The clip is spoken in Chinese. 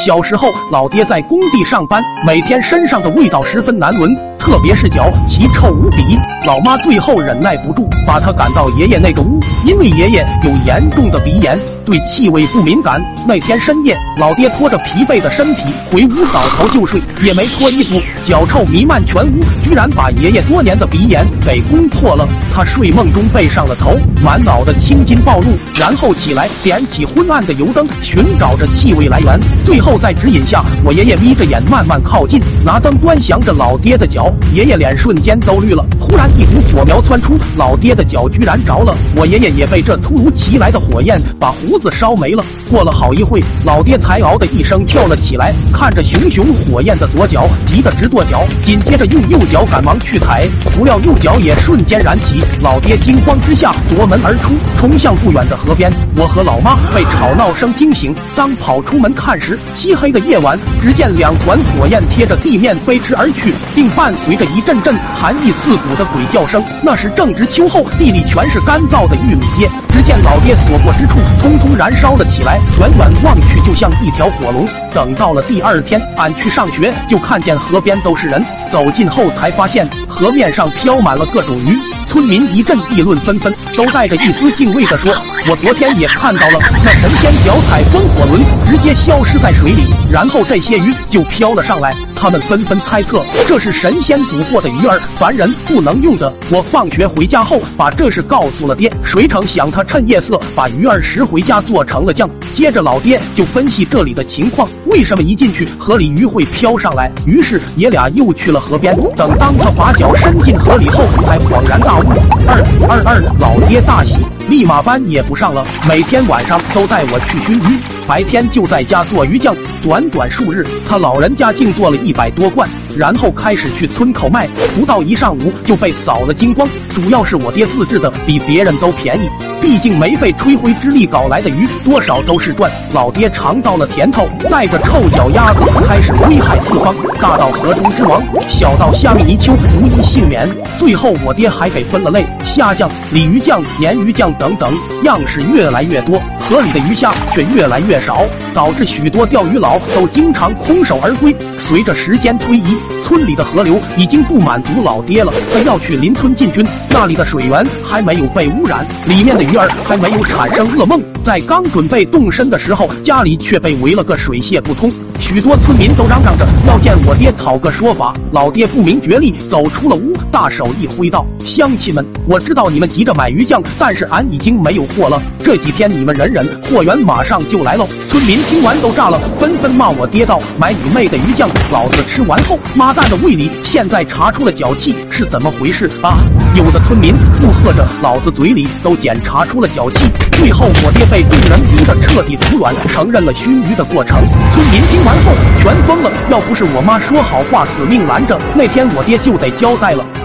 小时候，老爹在工地上班，每天身上的味道十分难闻，特别是脚，奇臭无比。老妈最后忍耐不住，把他赶到爷爷那个屋，因为爷爷有严重的鼻炎，对气味不敏感。那天深夜，老爹拖着疲惫的身体回屋倒头就睡，也没脱衣服，脚臭弥漫全屋，居然把爷爷多年的鼻炎给攻破了。他睡梦中背上了头，满脑的青筋暴露，然后起来点起昏暗的油灯，寻找着气味来源。最后在指引下，我爷爷眯着眼慢慢靠近，拿灯端详着老爹的脚，爷爷脸瞬间都绿了。忽然一股火苗窜出，老爹的脚居然着了，我爷爷也被这突如其来的火焰把胡子烧没了。过了好一会，老爹才嗷的一声跳了起来，看着熊熊火焰的左脚，急得直跺脚，紧接着用右脚赶忙去踩，不料右脚也瞬间燃起。老爹惊慌之下夺门而出，冲向不远的河边。我和老妈被吵闹声惊醒，当跑出门看时，漆黑的夜晚，只见两团火焰贴着地面飞驰而去，并伴随着一阵阵寒意刺骨的鬼叫声。那时正值秋后，地里全是干燥的玉米秸，只见老爹所过之处通通燃烧了起来，远远望去就像一条火龙。等到了第二天，俺去上学，就看见河边都是人，走近后才发现河面上飘满了各种鱼。村民一阵议论纷纷，都带着一丝敬畏地说，我昨天也看到了，那神仙脚踩风火轮直接消失在水里，然后这些鱼就飘了上来。他们纷纷猜测这是神仙捕获的鱼儿，凡人不能用的。我放学回家后把这事告诉了爹，谁成想他趁夜色把鱼儿拾回家做成了酱。接着老爹就分析这里的情况，为什么一进去河里鱼会飘上来，于是爷俩又去了河边。等当他把脚伸进河里后，才恍然大悟。老爹大喜，立马班也不上了，每天晚上都带我去熏鱼，白天就在家做鱼酱。短短数日，他老人家竟做了100多罐，然后开始去村口卖，不到一上午就被扫了精光。主要是我爹自制的比别人都便宜，毕竟没费吹灰之力搞来的鱼，多少都是赚。老爹尝到了甜头，带着臭脚丫子开始危害四方，大到河中之王，小到虾米泥鳅无一幸免。最后我爹还给分了类，虾酱、鲤鱼酱、鲶鱼酱等等，样式越来越多，河里的鱼虾却越来越少，导致许多钓鱼佬都经常空手而归。随着时间推移，村里的河流已经不满足老爹了，他要去邻村进军，那里的水源还没有被污染，里面的鱼儿还没有产生噩梦。在刚准备动身的时候，家里却被围了个水泄不通，许多村民都嚷嚷着要见我爹讨个说法。老爹不明觉厉，走出了屋，大手一挥道，乡亲们，我知道你们急着买鱼酱，但是俺已经没有货了，这几天你们忍忍，货源马上就来喽。村民听完都炸了，纷纷骂我爹道，买你妹的鱼酱，老子吃完后妈蛋的胃里现在查出了脚气，是怎么回事啊？有的村民附和着，老子嘴里都检查出了脚气。最后我爹被众人逼得彻底服软，承认了熏鱼的过程。村民听完后全疯了，要不是我妈说好话死命拦着，那天我爹就得交代了。